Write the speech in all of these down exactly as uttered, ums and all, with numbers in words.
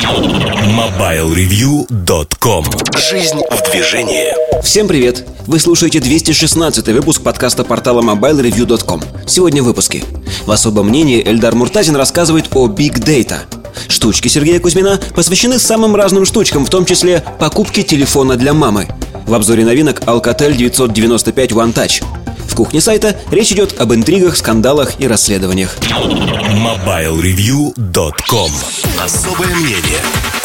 мобайл ревью точка ком. Жизнь в движении. Всем привет! Вы слушаете двести шестнадцатый выпуск подкаста портала мобайл ревью точка ком. Сегодня в выпуске. В особом мнении Эльдар Муртазин рассказывает о Big Data. Штучки Сергея Кузьмина посвящены самым разным штучкам, в том числе покупке телефона для мамы. В обзоре новинок Alcatel девятьсот девяносто пять One Touch. В кухне сайта речь идет об интригах, скандалах и расследованиях. мобайл ревью точка ком. Особое мнение.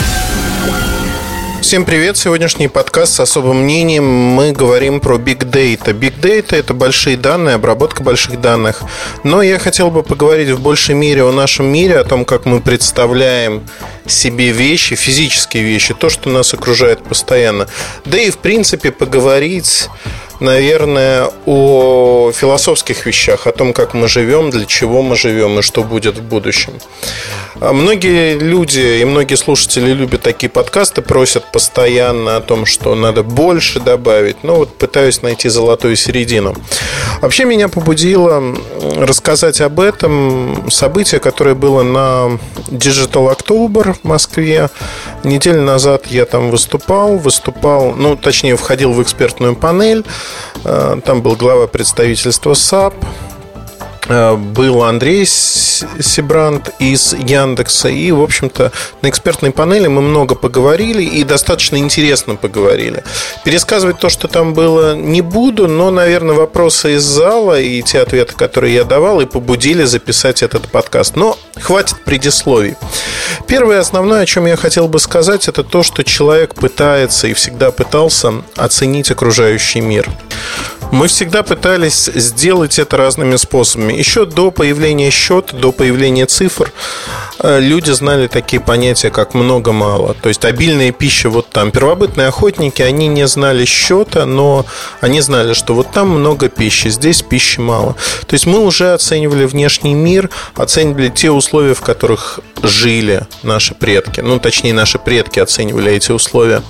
Всем привет! Сегодняшний подкаст с особым мнением. Мы говорим про Big Data. Big Data – это большие данные, обработка больших данных. Но я хотел бы поговорить в большей мере о нашем мире, о том, как мы представляем себе вещи, физические вещи, то, что нас окружает постоянно. Да и, в принципе, поговорить, наверное, о философских вещах, о том, как мы живем, для чего мы живем и что будет в будущем. Многие люди и многие слушатели любят такие подкасты, просят постоянно о том, что надо больше добавить. Но вот пытаюсь найти золотую середину. Вообще меня побудило рассказать об этом событие, которое было на Digital October в Москве. Неделю назад я там выступал, выступал, ну, точнее, входил в экспертную панель. Там был глава представительства САП, был Андрей Сибрант из Яндекса. И, в общем-то, на экспертной панели мы много поговорили и достаточно интересно поговорили. Пересказывать то, что там было, не буду, но, наверное, вопросы из зала и те ответы, которые я давал, и побудили записать этот подкаст. Но хватит предисловий. Первое основное, о чем я хотел бы сказать, это то, что человек пытается и всегда пытался оценить окружающий мир. Мы всегда пытались сделать это разными способами. Еще до появления счета, до появления цифр, люди знали такие понятия, как много-мало. То есть обильная пища вот там. Первобытные охотники, они не знали счета, но они знали, что вот там много пищи, здесь пищи мало. То есть мы уже оценивали внешний мир, оценивали те условия, в которых жили наши предки. Ну, точнее, наши предки оценивали эти условия.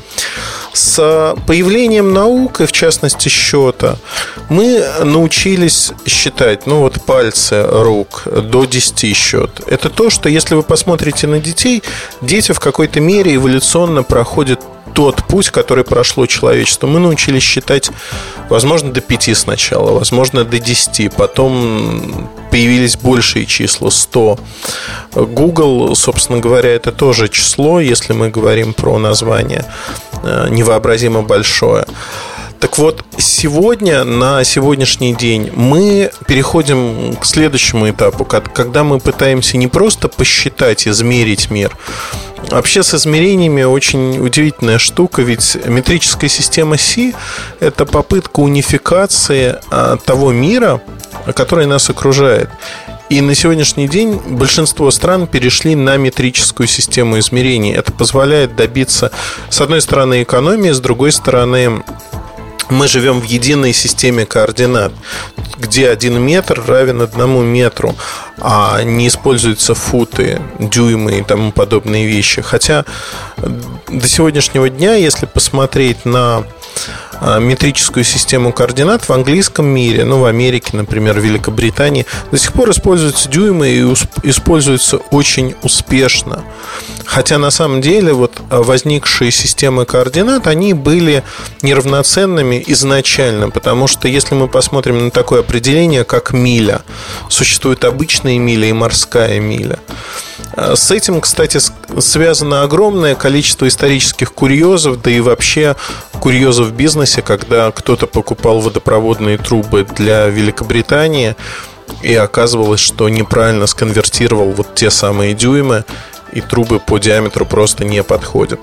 С появлением наук, и в частности счета, мы научились считать, ну вот пальцы рук, до десяти счет. Это то, что если вы посмотрите на детей, дети в какой-то мере эволюционно проходят тот путь, который прошло человечество. Мы научились считать, возможно, до пяти сначала, возможно, до десяти. Потом появились большие числа, сто. Google, собственно говоря, это тоже число, если мы говорим про название, невообразимо большое. Так вот, сегодня, на сегодняшний день, мы переходим к следующему этапу, когда мы пытаемся не просто посчитать, измерить мир. Вообще с измерениями очень удивительная штука, ведь метрическая система Си – это попытка унификации того мира, который нас окружает. И на сегодняшний день большинство стран перешли на метрическую систему измерений. Это позволяет добиться, с одной стороны, экономии, с другой стороны, мы живем в единой системе координат, где один метр равен одному метру, а не используются футы, дюймы и тому подобные вещи. Хотя до сегодняшнего дня, если посмотреть на метрическую систему координат в английском мире, ну, в Америке, например, в Великобритании, до сих пор используются дюймы и используются очень успешно. Хотя на самом деле вот возникшие системы координат, они были неравноценными изначально, потому что если мы посмотрим на такое определение, как миля, существует обычная миля и морская миля. С этим, кстати, связано огромное количество исторических курьезов, да и вообще курьезов в бизнесе, когда кто-то покупал водопроводные трубы для Великобритании, и оказывалось, что неправильно сконвертировал вот те самые дюймы, и трубы по диаметру просто не подходят.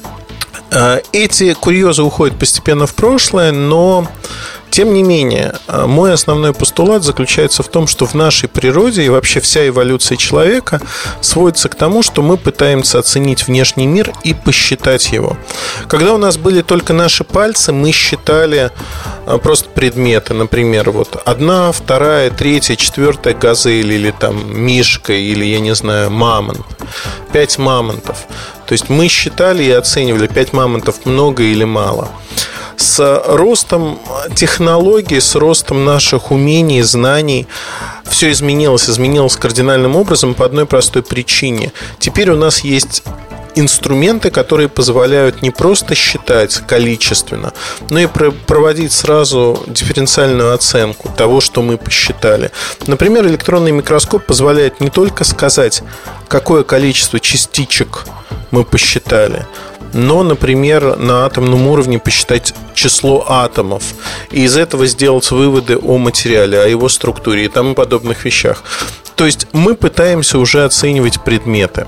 Эти курьезы уходят постепенно в прошлое, но тем не менее, мой основной постулат заключается в том, что в нашей природе и вообще вся эволюция человека сводится к тому, что мы пытаемся оценить внешний мир и посчитать его. Когда у нас были только наши пальцы, мы считали просто предметы. Например, вот одна, вторая, третья, четвертая газель, или там мишка, или, я не знаю, мамонт. Пять мамонтов. То есть мы считали и оценивали, пять мамонтов много или мало. С ростом технологий, с ростом наших умений, знаний все изменилось, изменилось кардинальным образом по одной простой причине. Теперь у нас есть инструменты, которые позволяют не просто считать количественно, но и проводить сразу дифференциальную оценку того, что мы посчитали. Например, электронный микроскоп позволяет не только сказать, какое количество частичек мы посчитали, но, например, на атомном уровне посчитать число атомов и из этого сделать выводы о материале, о его структуре и тому подобных вещах. То есть мы пытаемся уже оценивать предметы.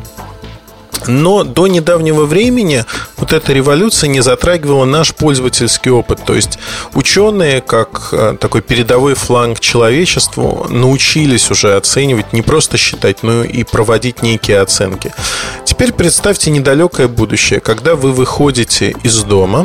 Но до недавнего времени вот эта революция не затрагивала наш пользовательский опыт. То есть ученые, как такой передовой фланг человечеству, научились уже оценивать, не просто считать, но и проводить некие оценки. Теперь представьте недалекое будущее, когда вы выходите из дома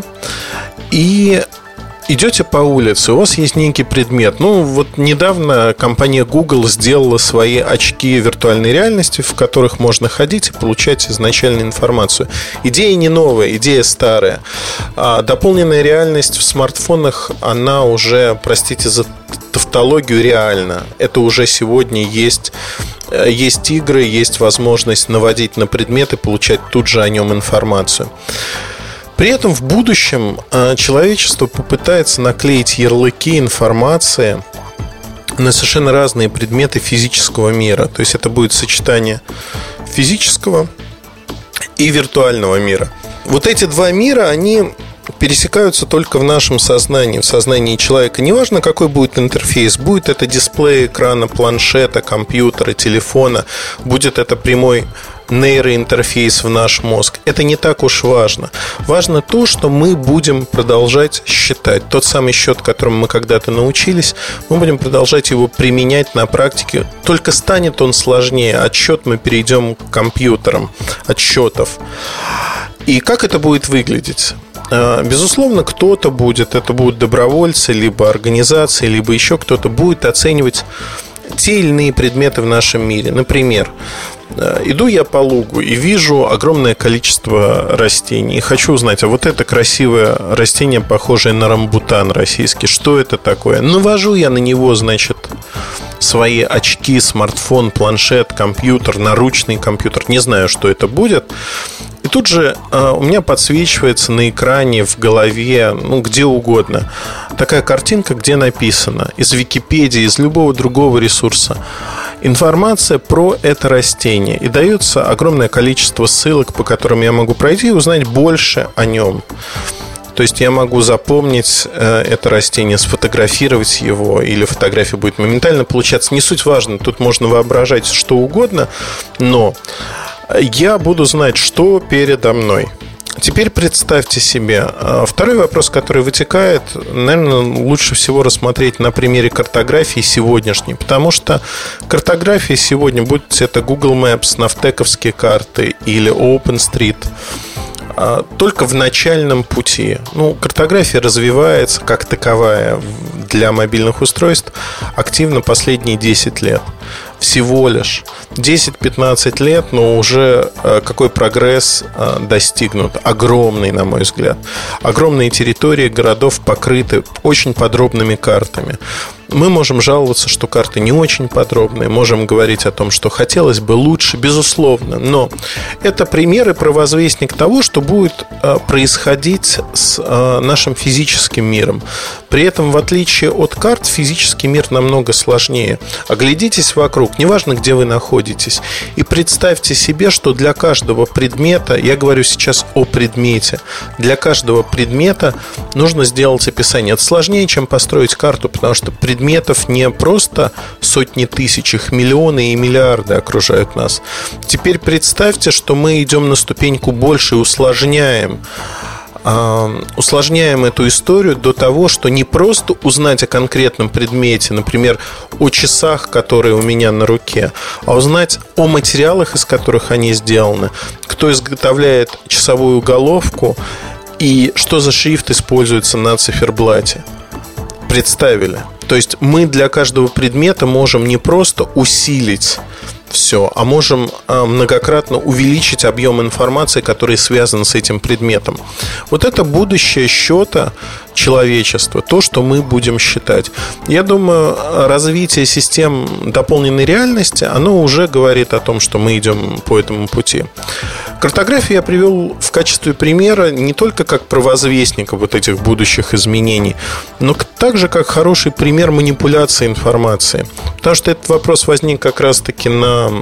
и идете по улице, у вас есть некий предмет. Ну, вот недавно компания Google сделала свои очки виртуальной реальности, в которых можно ходить и получать изначальную информацию. Идея не новая, идея старая. А дополненная реальность в смартфонах, она уже, простите за тавтологию, реальна. Это уже сегодня есть. Есть игры, есть возможность наводить на предмет и получать тут же о нем информацию. При этом в будущем человечество попытается наклеить ярлыки информации на совершенно разные предметы физического мира. То есть это будет сочетание физического и виртуального мира. Вот эти два мира, они пересекаются только в нашем сознании, в сознании человека. Неважно, какой будет интерфейс, будет это дисплей экрана, планшета, компьютера, телефона, будет это прямой нейроинтерфейс в наш мозг. Это не так уж важно. Важно то, что мы будем продолжать считать. Тот самый счет, которому мы когда-то научились, мы будем продолжать его применять на практике. Только станет он сложнее. Отсчет мы перейдем к компьютерам отсчетов. И как это будет выглядеть? Безусловно, кто-то будет, это будут добровольцы, либо организации, либо еще кто-то будет оценивать те или иные предметы в нашем мире. Например, иду я по лугу и вижу огромное количество растений. И хочу узнать, а вот это красивое растение, похожее на рамбутан российский, что это такое? Навожу я на него, значит, свои очки, смартфон, планшет, компьютер, наручный компьютер. Не знаю, что это будет. И тут же э, у меня подсвечивается на экране, в голове, ну, где угодно, такая картинка, где написано из Википедии, из любого другого ресурса информация про это растение. И дается огромное количество ссылок, по которым я могу пройти и узнать больше о нем. То есть я могу запомнить э, это растение, сфотографировать его, или фотография будет моментально получаться. Не суть важно, тут можно воображать что угодно, но я буду знать, что передо мной. Теперь представьте себе. Второй вопрос, который вытекает, наверное, лучше всего рассмотреть на примере картографии сегодняшней. Потому что картография сегодня, будь это Google Maps, навтековские карты или OpenStreet, только в начальном пути. Ну, картография развивается как таковая для мобильных устройств активно последние десять лет. Всего лишь десять-пятнадцать лет, но уже какой прогресс достигнут. Огромный, на мой взгляд. Огромные территории городов покрыты очень подробными картами. Мы можем жаловаться, что карты не очень подробные, можем говорить о том, что хотелось бы лучше, безусловно. Но это пример и провозвестник того, что будет происходить с нашим физическим миром. При этом, в отличие от карт, физический мир намного сложнее. Оглядитесь вокруг, неважно, где вы находитесь, и представьте себе, что для каждого предмета, я говорю сейчас о предмете, для каждого предмета нужно сделать описание. Это сложнее, чем построить карту, потому что предметов не просто сотни тысяч, их миллионы и миллиарды окружают нас. Теперь представьте, что мы идем на ступеньку больше и усложняем усложняем эту историю до того, что не просто узнать о конкретном предмете, например, о часах, которые у меня на руке, а узнать о материалах, из которых они сделаны, кто изготовляет часовую головку и что за шрифт используется на циферблате. Представили? То есть мы для каждого предмета можем не просто усилить все, а можем многократно увеличить объем информации, который связан с этим предметом. Вот это будущее счета человечества, то, что мы будем считать. Я думаю, развитие систем дополненной реальности, оно уже говорит о том, что мы идем по этому пути. Картографию я привел в качестве примера не только как провозвестника вот этих будущих изменений, но также как хороший пример манипуляции информацией. Потому что этот вопрос возник как раз-таки на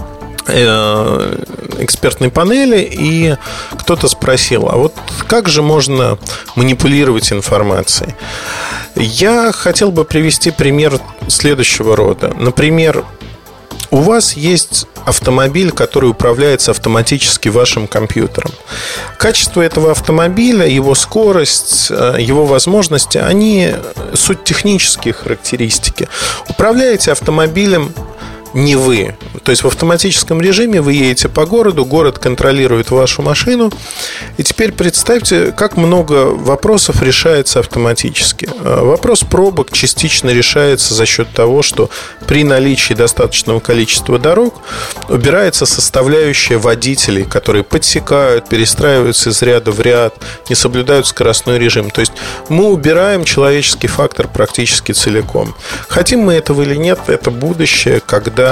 экспертной панели, и кто-то спросил: а вот как же можно манипулировать информацией? Я хотел бы привести пример следующего рода. Например, у вас есть автомобиль, который управляется автоматически вашим компьютером. Качество этого автомобиля, его скорость, его возможности, они суть технические характеристики. Управляете автомобилем не вы. То есть в автоматическом режиме вы едете по городу, город контролирует вашу машину. И теперь представьте, как много вопросов решается автоматически. Вопрос пробок частично решается за счет того, что при наличии достаточного количества дорог убирается составляющая водителей, которые подсекают, перестраиваются из ряда в ряд, не соблюдают скоростной режим. То есть мы убираем человеческий фактор практически целиком. Хотим мы этого или нет, это будущее, когда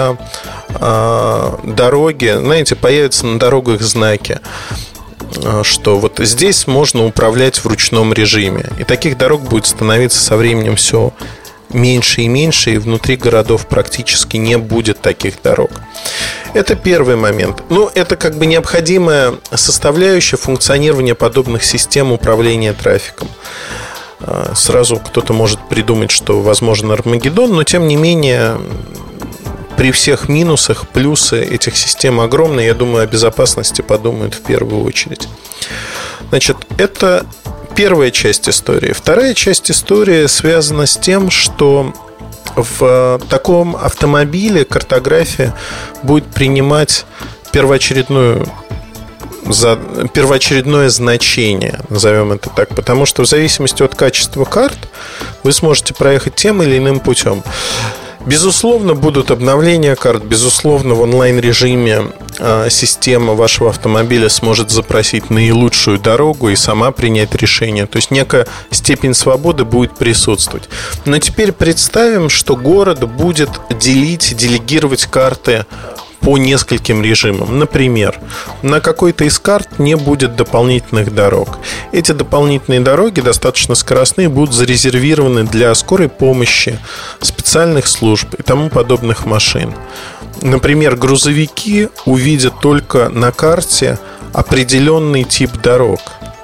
э, дороги, знаете, появятся на дорогах знаки, э, что вот здесь можно управлять в ручном режиме. И таких дорог будет становиться со временем все меньше и меньше, и внутри городов практически не будет таких дорог. Это первый момент. Ну, это как бы необходимая составляющая функционирования подобных систем управления трафиком. Сразу кто-то может придумать, что возможен Армагеддон, но тем не менее, при всех минусах плюсы этих систем огромные. Я думаю, о безопасности подумают в первую очередь. Значит, это первая часть истории. Вторая часть истории связана с тем, что в таком автомобиле картография будет принимать первоочередную за первоочередное значение, назовем это так, потому что в зависимости от качества карт вы сможете проехать тем или иным путем. Безусловно, будут обновления карт. Безусловно, в онлайн-режиме э, система вашего автомобиля сможет запросить наилучшую дорогу и сама принять решение. То есть некая степень свободы будет присутствовать. Но теперь представим, что город будет делить, делегировать карты по нескольким режимам. Например, на какой-то из карт не будет дополнительных дорог. Эти дополнительные дороги, достаточно скоростные, будут зарезервированы для скорой помощи, специальных служб и тому подобных машин. Например, грузовики увидят только на карте определенный тип дорог.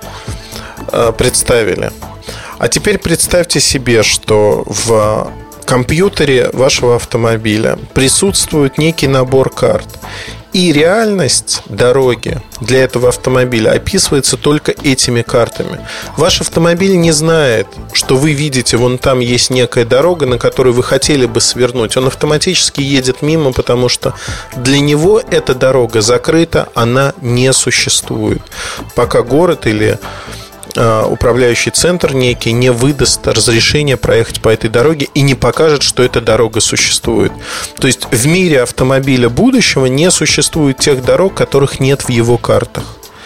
Представили. А теперь представьте себе, что в компьютере вашего автомобиля присутствует некий набор карт, и реальность дороги для этого автомобиля описывается только этими картами. Ваш автомобиль не знает, что вы видите, вон там есть некая дорога, на которую вы хотели бы свернуть. Он автоматически едет мимо, потому что для него эта дорога закрыта, она не существует, пока город или управляющий центр некий не выдаст разрешение проехать по этой дороге и не покажет, что эта дорога существует. То есть в мире автомобиля будущего не существует тех дорог, которых нет в его картах.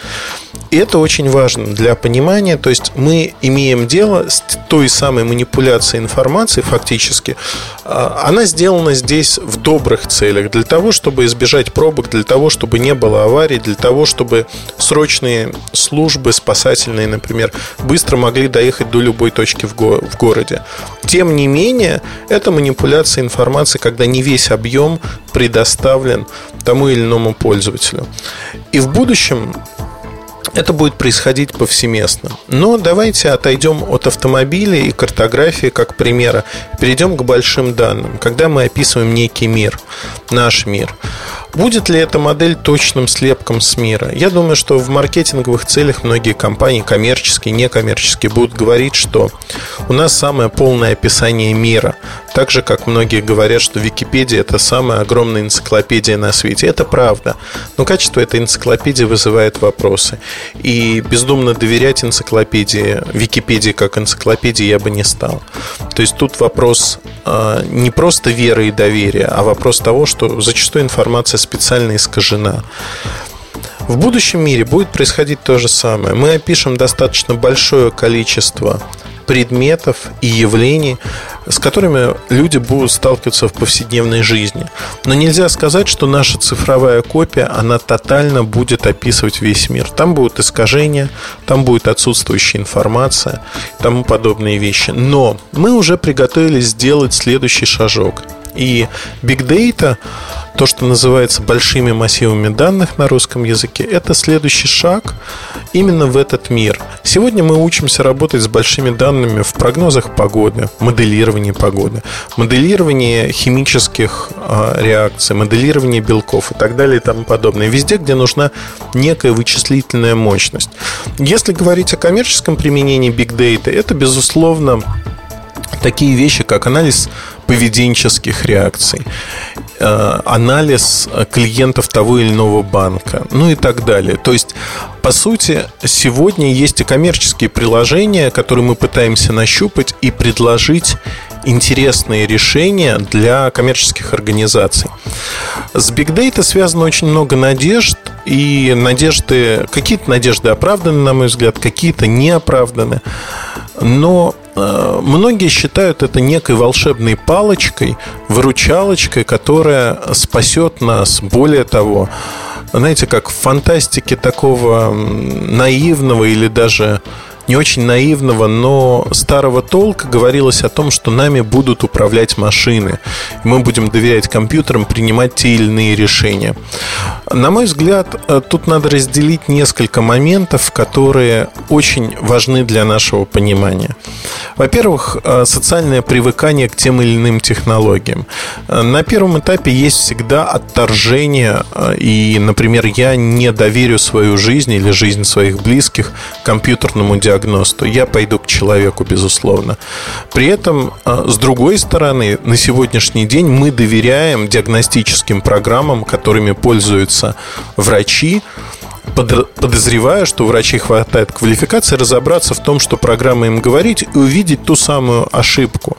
И это очень важно для понимания. То есть мы имеем дело с той самой манипуляцией информации фактически. Она сделана здесь в добрых целях. Для того, чтобы избежать пробок, для того, чтобы не было аварий, для того, чтобы срочные службы спасательные, например, быстро могли доехать до любой точки в, го- в городе. Тем не менее, это манипуляция информации, когда не весь объем предоставлен тому или иному пользователю. И в будущем это будет происходить повсеместно. Но давайте отойдем от автомобиля и картографии как примера. Перейдем к большим данным. Когда мы описываем некий мир, наш мир, будет ли эта модель точным слепком с мира? Я думаю, что в маркетинговых целях многие компании, коммерческие, некоммерческие, будут говорить, что у нас самое полное описание мира. Так же, как многие говорят, что Википедия – это самая огромная энциклопедия на свете. Это правда. Но качество этой энциклопедии вызывает вопросы. И бездумно доверять энциклопедии, Википедии как энциклопедии я бы не стал. То есть тут вопрос э, не просто веры и доверия, а вопрос того, что зачастую информация специально искажена. В будущем мире будет происходить то же самое. Мы опишем достаточно большое количество предметов и явлений, с которыми люди будут сталкиваться в повседневной жизни. Но нельзя сказать, что наша цифровая копия, она тотально будет описывать весь мир. Там будут искажения, там будет отсутствующая информация и тому подобные вещи. Но мы уже приготовились сделать следующий шажок. И Big Data, то, что называется большими массивами данных на русском языке, это следующий шаг именно в этот мир. Сегодня мы учимся работать с большими данными в прогнозах погоды, моделировании погоды, моделировании химических э, реакций, моделировании белков и так далее и тому подобное. Везде, где нужна некая вычислительная мощность. Если говорить о коммерческом применении Big Data, это, безусловно, такие вещи, как анализ поведенческих реакций, анализ клиентов того или иного банка, ну и так далее. То есть, по сути, сегодня есть и коммерческие приложения, которые мы пытаемся нащупать и предложить интересные решения для коммерческих организаций. С Big Data связано очень много надежд, и надежды, какие-то надежды оправданы, на мой взгляд, какие-то не оправданы. Но э, многие считают это некой волшебной палочкой, выручалочкой, которая спасет нас. Более того, знаете, как в фантастике такого наивного или даже не очень наивного, но старого толка говорилось о том, что нами будут управлять машины. Мы будем доверять компьютерам принимать те или иные решения. На мой взгляд, тут надо разделить несколько моментов, которые очень важны для нашего понимания. Во-первых, социальное привыкание к тем или иным технологиям. На первом этапе есть всегда отторжение. И, например, я не доверю свою жизнь или жизнь своих близких компьютерному диагносту. Я пойду к человеку, безусловно. При этом, с другой стороны, на сегодняшний день мы доверяем диагностическим программам, которыми пользуются врачи, подозревая, что врачи хватает квалификации разобраться в том, что программа им говорит, и увидеть ту самую ошибку.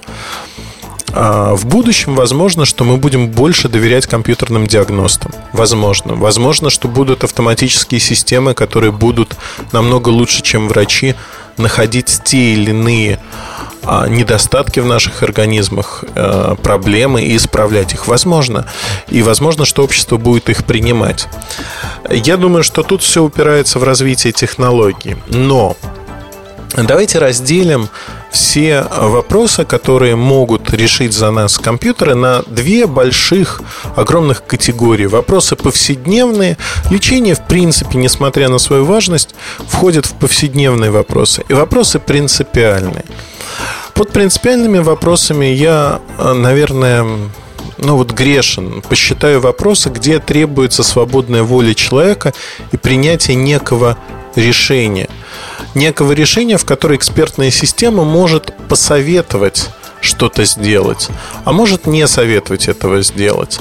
В будущем возможно, что мы будем больше доверять компьютерным диагностам. Возможно. Возможно, что будут автоматические системы, которые будут намного лучше, чем врачи, находить те или иные недостатки в наших организмах, проблемы и исправлять их. Возможно. И возможно, что общество будет их принимать. Я думаю, что тут все упирается в развитие технологий. Но давайте разделим все вопросы, которые могут решить за нас компьютеры, на две больших, огромных категории. Вопросы повседневные. Лечение, в принципе, несмотря на свою важность, входит в повседневные вопросы. И вопросы принципиальные. Под принципиальными вопросами я, наверное, ну вот грешен. Посчитаю вопросы, где требуется свободная воля человека и принятие некого решения. Некого решения, в которое экспертная система может посоветовать что-то сделать, а может не советовать этого сделать.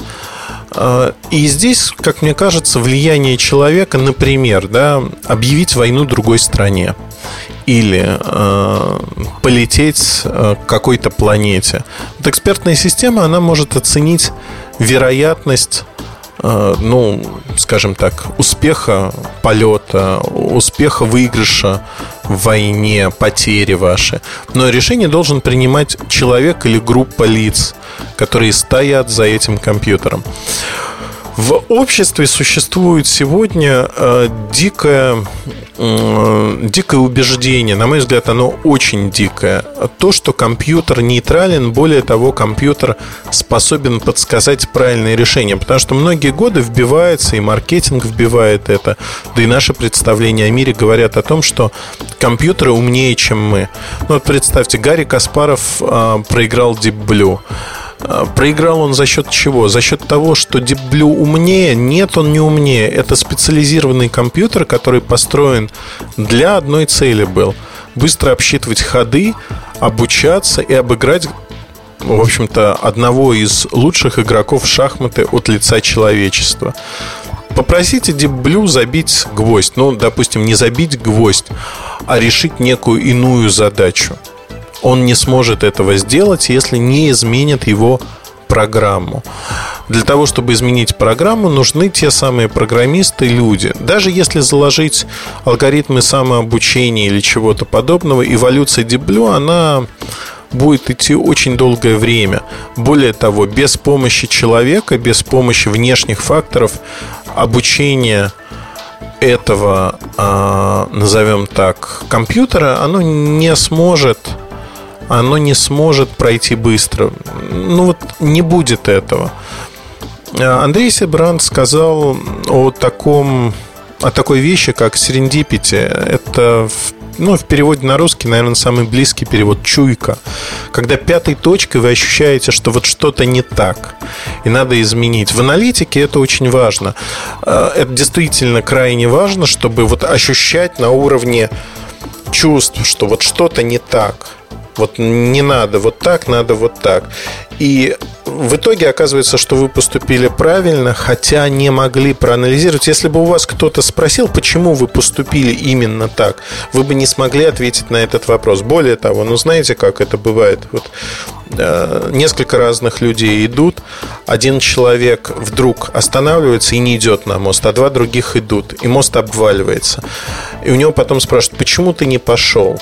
И здесь, как мне кажется, влияние человека, например, да, объявить войну другой стране или э, полететь к какой-то планете. Вот экспертная система, она может оценить вероятность, ну, скажем так, успеха полета, успеха выигрыша в войне, потери ваши. Но решение должен принимать человек или группа лиц, которые стоят за этим компьютером. В обществе существует сегодня э, дикое, э, дикое убеждение, на мой взгляд, оно очень дикое. То, что компьютер нейтрален, более того, компьютер способен подсказать правильное решение. Потому что многие годы вбивается, и маркетинг вбивает это, да и наши представления о мире говорят о том, что компьютеры умнее, чем мы. Ну вот представьте, Гарри Каспаров э, проиграл Deep Blue. Проиграл он за счет чего? За счет того, что Deep Blue умнее? Нет, он не умнее. Это специализированный компьютер, который построен для одной цели был: быстро обсчитывать ходы, обучаться и обыграть, в общем-то, одного из лучших игроков в шахматы от лица человечества. Попросите Deep Blue забить гвоздь. Ну, допустим, не забить гвоздь, а решить некую иную задачу. Он не сможет этого сделать, если не изменит его программу. Для того, чтобы изменить программу, нужны те самые программисты, люди. Даже если заложить алгоритмы самообучения или чего-то подобного, эволюция Deep Blue, она будет идти очень долгое время. Более того, без помощи человека, без помощи внешних факторов, обучение этого, назовем так, компьютера, оно не сможет, оно не сможет пройти быстро. Ну вот не будет этого. Андрей Себрант сказал о таком, о такой вещи, как serendipity. Это, ну, в переводе на русский, наверное, самый близкий перевод — чуйка. Когда пятой точкой вы ощущаете, что вот что-то не так и надо изменить. В аналитике это очень важно. Это действительно крайне важно, чтобы вот ощущать на уровне чувств, что вот что-то не так. Вот не надо вот так, надо вот так. И в итоге оказывается, что вы поступили правильно, хотя не могли проанализировать. Если бы у вас кто-то спросил, почему вы поступили именно так, вы бы не смогли ответить на этот вопрос. Более того, ну знаете, как это бывает? Вот, э, несколько разных людей идут. Один человек вдруг останавливается и не идет на мост, а два других идут, и мост обваливается. И у него потом спрашивают: почему ты не пошел?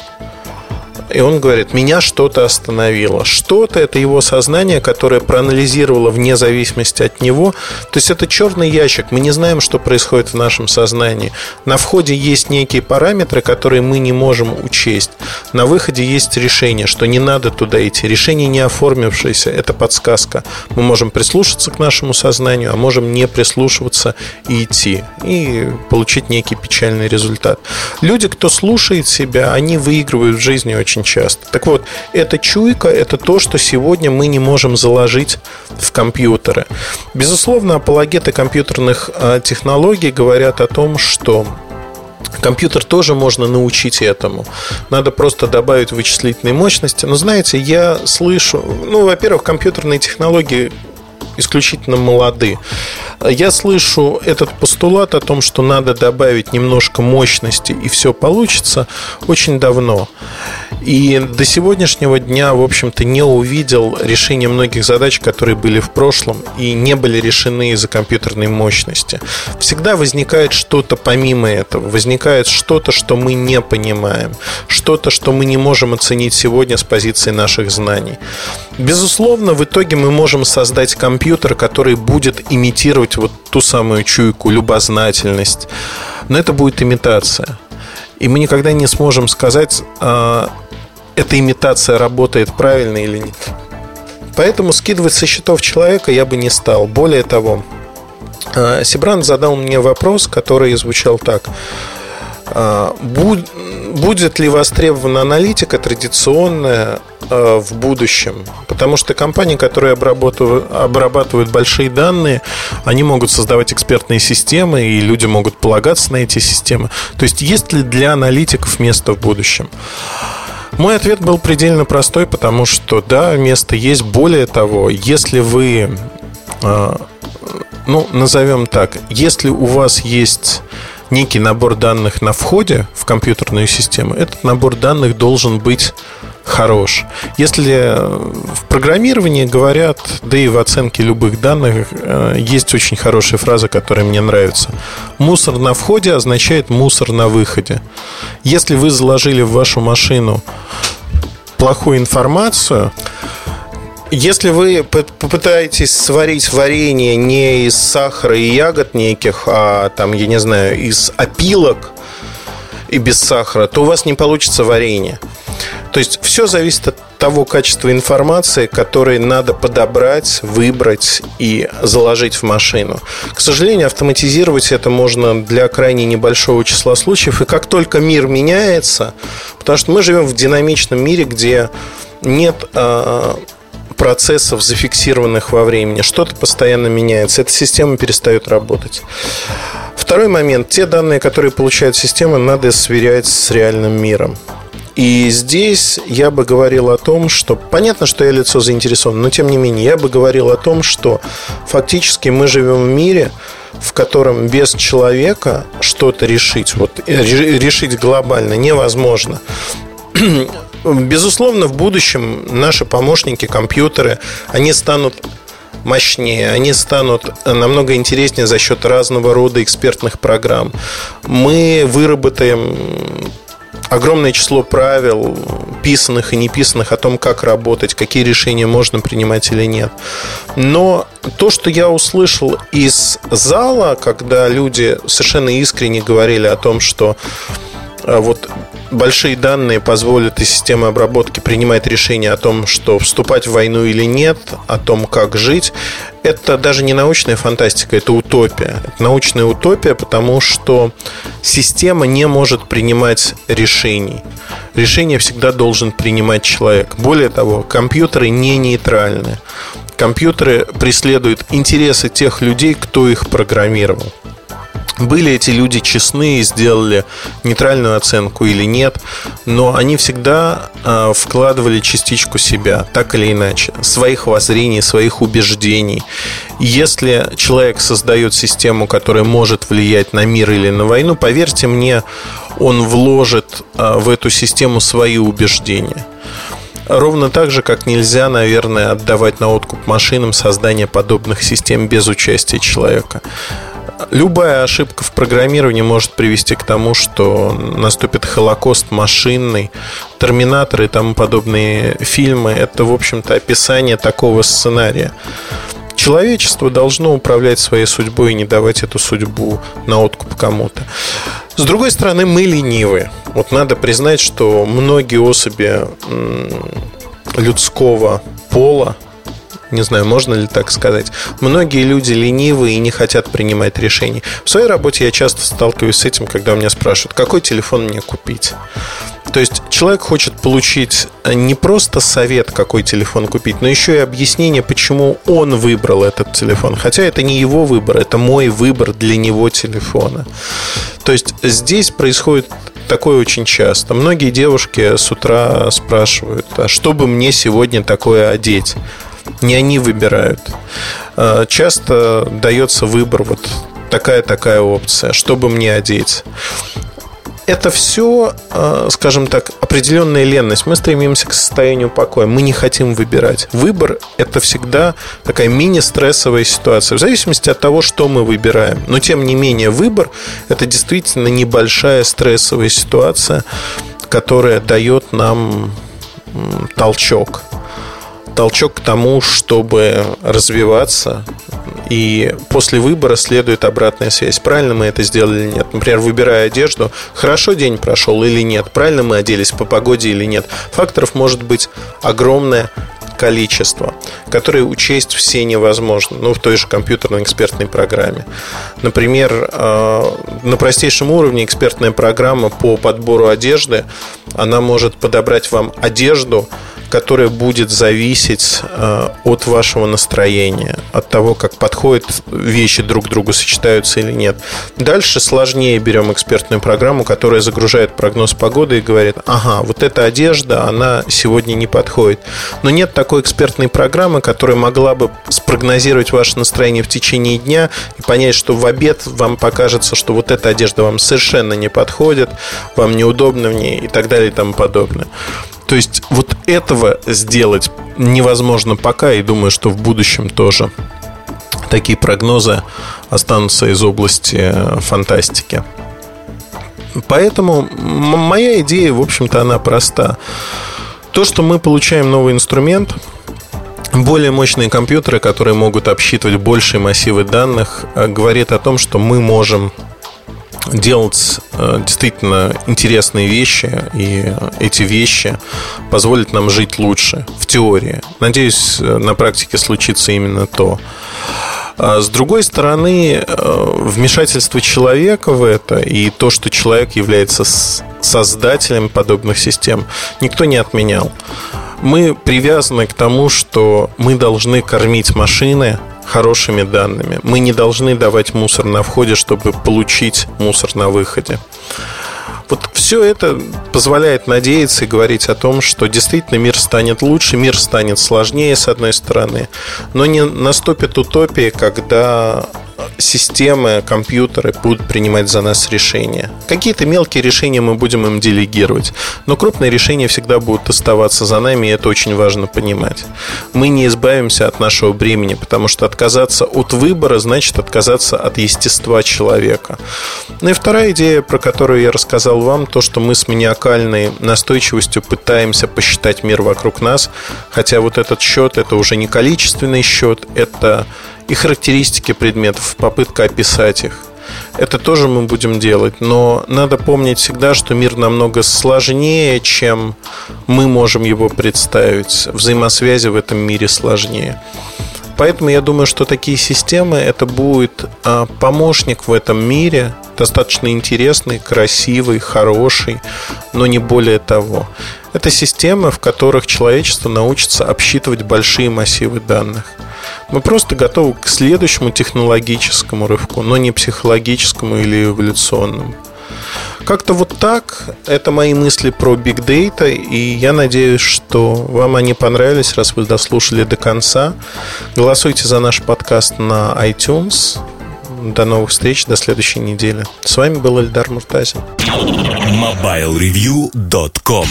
И он говорит: меня что-то остановило. Что-то — это его сознание, которое проанализировало вне зависимости от него. То есть это черный ящик. Мы не знаем, что происходит в нашем сознании. На входе есть некие параметры, которые мы не можем учесть. На выходе есть решение, что не надо туда идти. Решение не оформившееся — это подсказка. Мы можем прислушаться к нашему сознанию, а можем не прислушиваться и идти, и получить некий печальный результат. Люди, кто слушает себя, они выигрывают в жизни очень часто. Так вот, эта чуйка — это то, что сегодня мы не можем заложить в компьютеры. Безусловно, апологеты компьютерных технологий говорят о том, что компьютер тоже можно научить этому. Надо просто добавить вычислительной мощности. Но знаете, я слышу, ну, во-первых, компьютерные технологии исключительно молоды. Я слышу этот постулат о том, что надо добавить немножко мощности и все получится, очень давно. И до сегодняшнего дня, в общем-то, не увидел решения многих задач, которые были в прошлом и не были решены из-за компьютерной мощности. Всегда возникает что-то помимо этого. Возникает что-то, что мы не понимаем. Что-то, что мы не можем оценить сегодня с позиции наших знаний. Безусловно, в итоге мы можем создать компьютер, который будет имитировать вот ту самую чуйку, любознательность. Но это будет имитация. И мы никогда не сможем сказать, эта имитация работает правильно или нет. Поэтому скидывать со счетов человека я бы не стал. Более того, Себрант задал мне вопрос, который звучал так: будет ли востребована аналитика традиционная в будущем? Потому что компании, которые обрабатывают, обрабатывают большие данные, они могут создавать экспертные системы, и люди могут полагаться на эти системы. То есть есть ли для аналитиков место в будущем? Мой ответ был предельно простой, потому что да, место есть. Более того, если вы, ну, назовем так, если у вас есть некий набор данных на входе в компьютерную систему, этот набор данных должен быть хорош. Если в программировании говорят, да и в оценке любых данных есть очень хорошая фраза, которая мне нравится: мусор на входе означает мусор на выходе. Если вы заложили в вашу машину плохую информацию, если вы попытаетесь сварить варенье не из сахара и ягод неких, а там, я не знаю, из опилок и без сахара, то у вас не получится варенье. То есть все зависит от того качества информации, который надо подобрать, выбрать и заложить в машину. К сожалению, автоматизировать это можно для крайне небольшого числа случаев. И как только мир меняется, потому что мы живем в динамичном мире, где нет э, процессов, зафиксированных во времени, что-то постоянно меняется, эта система перестает работать. Второй момент: те данные, которые получает система, надо сверять с реальным миром. И здесь я бы говорил о том, что понятно, что я лицо заинтересован, но тем не менее я бы говорил о том, что фактически мы живем в мире, в котором без человека что-то решить, вот, решить глобально невозможно. Безусловно, в будущем наши помощники, компьютеры, они станут мощнее, они станут намного интереснее за счет разного рода экспертных программ. Мы выработаем огромное число правил, писанных и неписанных, о том, как работать, какие решения можно принимать или нет. Но то, что я услышал из зала, когда люди совершенно искренне говорили о том, что вот большие данные позволят и система обработки принимать решение о том, что вступать в войну или нет, о том, как жить, это даже не научная фантастика, это утопия. Это научная утопия, потому что система не может принимать решений. Решение всегда должен принимать человек. Более того, компьютеры не нейтральны. Компьютеры преследуют интересы тех людей, кто их программировал. Были эти люди честны и сделали нейтральную оценку или нет, но они всегда э, вкладывали частичку себя, так или иначе, своих воззрений, своих убеждений. Если человек создает систему, которая может влиять на мир или на войну, поверьте мне, он вложит э, в эту систему свои убеждения. Ровно так же, как нельзя, наверное, отдавать на откуп машинам создание подобных систем без участия человека. Любая ошибка в программировании может привести к тому, что наступит холокост машинный. «Терминатор» и тому подобные фильмы – это, в общем-то, описание такого сценария. Человечество должно управлять своей судьбой и не давать эту судьбу на откуп кому-то. С другой стороны, мы ленивы. Вот надо признать, что многие особи людского пола, не знаю, можно ли так сказать, многие люди ленивые и не хотят принимать решений. В своей работе я часто сталкиваюсь с этим, когда у меня спрашивают, какой телефон мне купить. То есть человек хочет получить не просто совет, какой телефон купить, но еще и объяснение, почему он выбрал этот телефон. Хотя это не его выбор, это мой выбор для него телефона. То есть здесь происходит такое очень часто. Многие девушки с утра спрашивают, а что бы мне сегодня такое одеть? Не они выбирают. Часто дается выбор, вот такая-такая опция, что бы мне одеть. Это все, скажем так, определенная ленность. Мы стремимся к состоянию покоя. Мы не хотим выбирать. Выбор – это всегда такая мини-стрессовая ситуация, в зависимости от того, что мы выбираем. Но, тем не менее, выбор – это действительно небольшая стрессовая ситуация, которая дает нам толчок. Толчок к тому, чтобы развиваться. И после выбора следует обратная связь. Правильно мы это сделали или нет? Например, выбирая одежду, хорошо день прошел или нет? Правильно мы оделись по погоде или нет? Факторов может быть огромное количество, которые учесть все невозможно. Ну, в той же компьютерной экспертной программе. Например, на простейшем уровне экспертная программа по подбору одежды, она может подобрать вам одежду, которая будет зависеть э, от вашего настроения, от того, как подходят вещи друг к другу, сочетаются или нет. Дальше сложнее берем экспертную программу, которая загружает прогноз погоды и говорит, ага, вот эта одежда, она сегодня не подходит. Но нет такой экспертной программы, которая могла бы спрогнозировать ваше настроение в течение дня и понять, что в обед вам покажется, что вот эта одежда вам совершенно не подходит, вам неудобно в ней и так далее и тому подобное. То есть вот этого сделать невозможно пока, и думаю, что в будущем тоже такие прогнозы останутся из области фантастики. Поэтому моя идея, в общем-то, она проста. То, что мы получаем новый инструмент, более мощные компьютеры, которые могут обсчитывать большие массивы данных, говорит о том, что мы можем делать действительно интересные вещи, и эти вещи позволят нам жить лучше в теории. Надеюсь, на практике случится именно то. С другой стороны, вмешательство человека в это и то, что человек является создателем подобных систем, никто не отменял. Мы привязаны к тому, что мы должны кормить машины хорошими данными. Мы не должны давать мусор на входе, чтобы получить мусор на выходе. Вот все это позволяет надеяться и говорить о том, что действительно мир станет лучше, мир станет сложнее, с одной стороны, но не наступит утопия, когда системы, компьютеры будут принимать за нас решения. Какие-то мелкие решения мы будем им делегировать, но крупные решения всегда будут оставаться за нами, и это очень важно понимать. Мы не избавимся от нашего бремени, потому что отказаться от выбора значит отказаться от естества человека. Ну и вторая идея, про которую я рассказал вам, то, что мы с маниакальной настойчивостью пытаемся посчитать мир вокруг нас, хотя вот этот счет — это уже не количественный счет, это и характеристики предметов, попытка описать их. Это тоже мы будем делать, но надо помнить всегда, что мир намного сложнее, чем мы можем его представить. Взаимосвязи в этом мире сложнее. Поэтому я думаю, что такие системы — это будет помощник в этом мире, достаточно интересный, красивый, хороший, но не более того. Это системы, в которых человечество научится обсчитывать большие массивы данных. Мы просто готовы к следующему технологическому рывку, но не психологическому или эволюционному. Как-то вот так. Это мои мысли про Big Data. И я надеюсь, что вам они понравились, раз вы дослушали до конца. Голосуйте за наш подкаст на iTunes. До новых встреч, до следующей недели. С вами был Эльдар Муртазин. мобайл ревью точка ком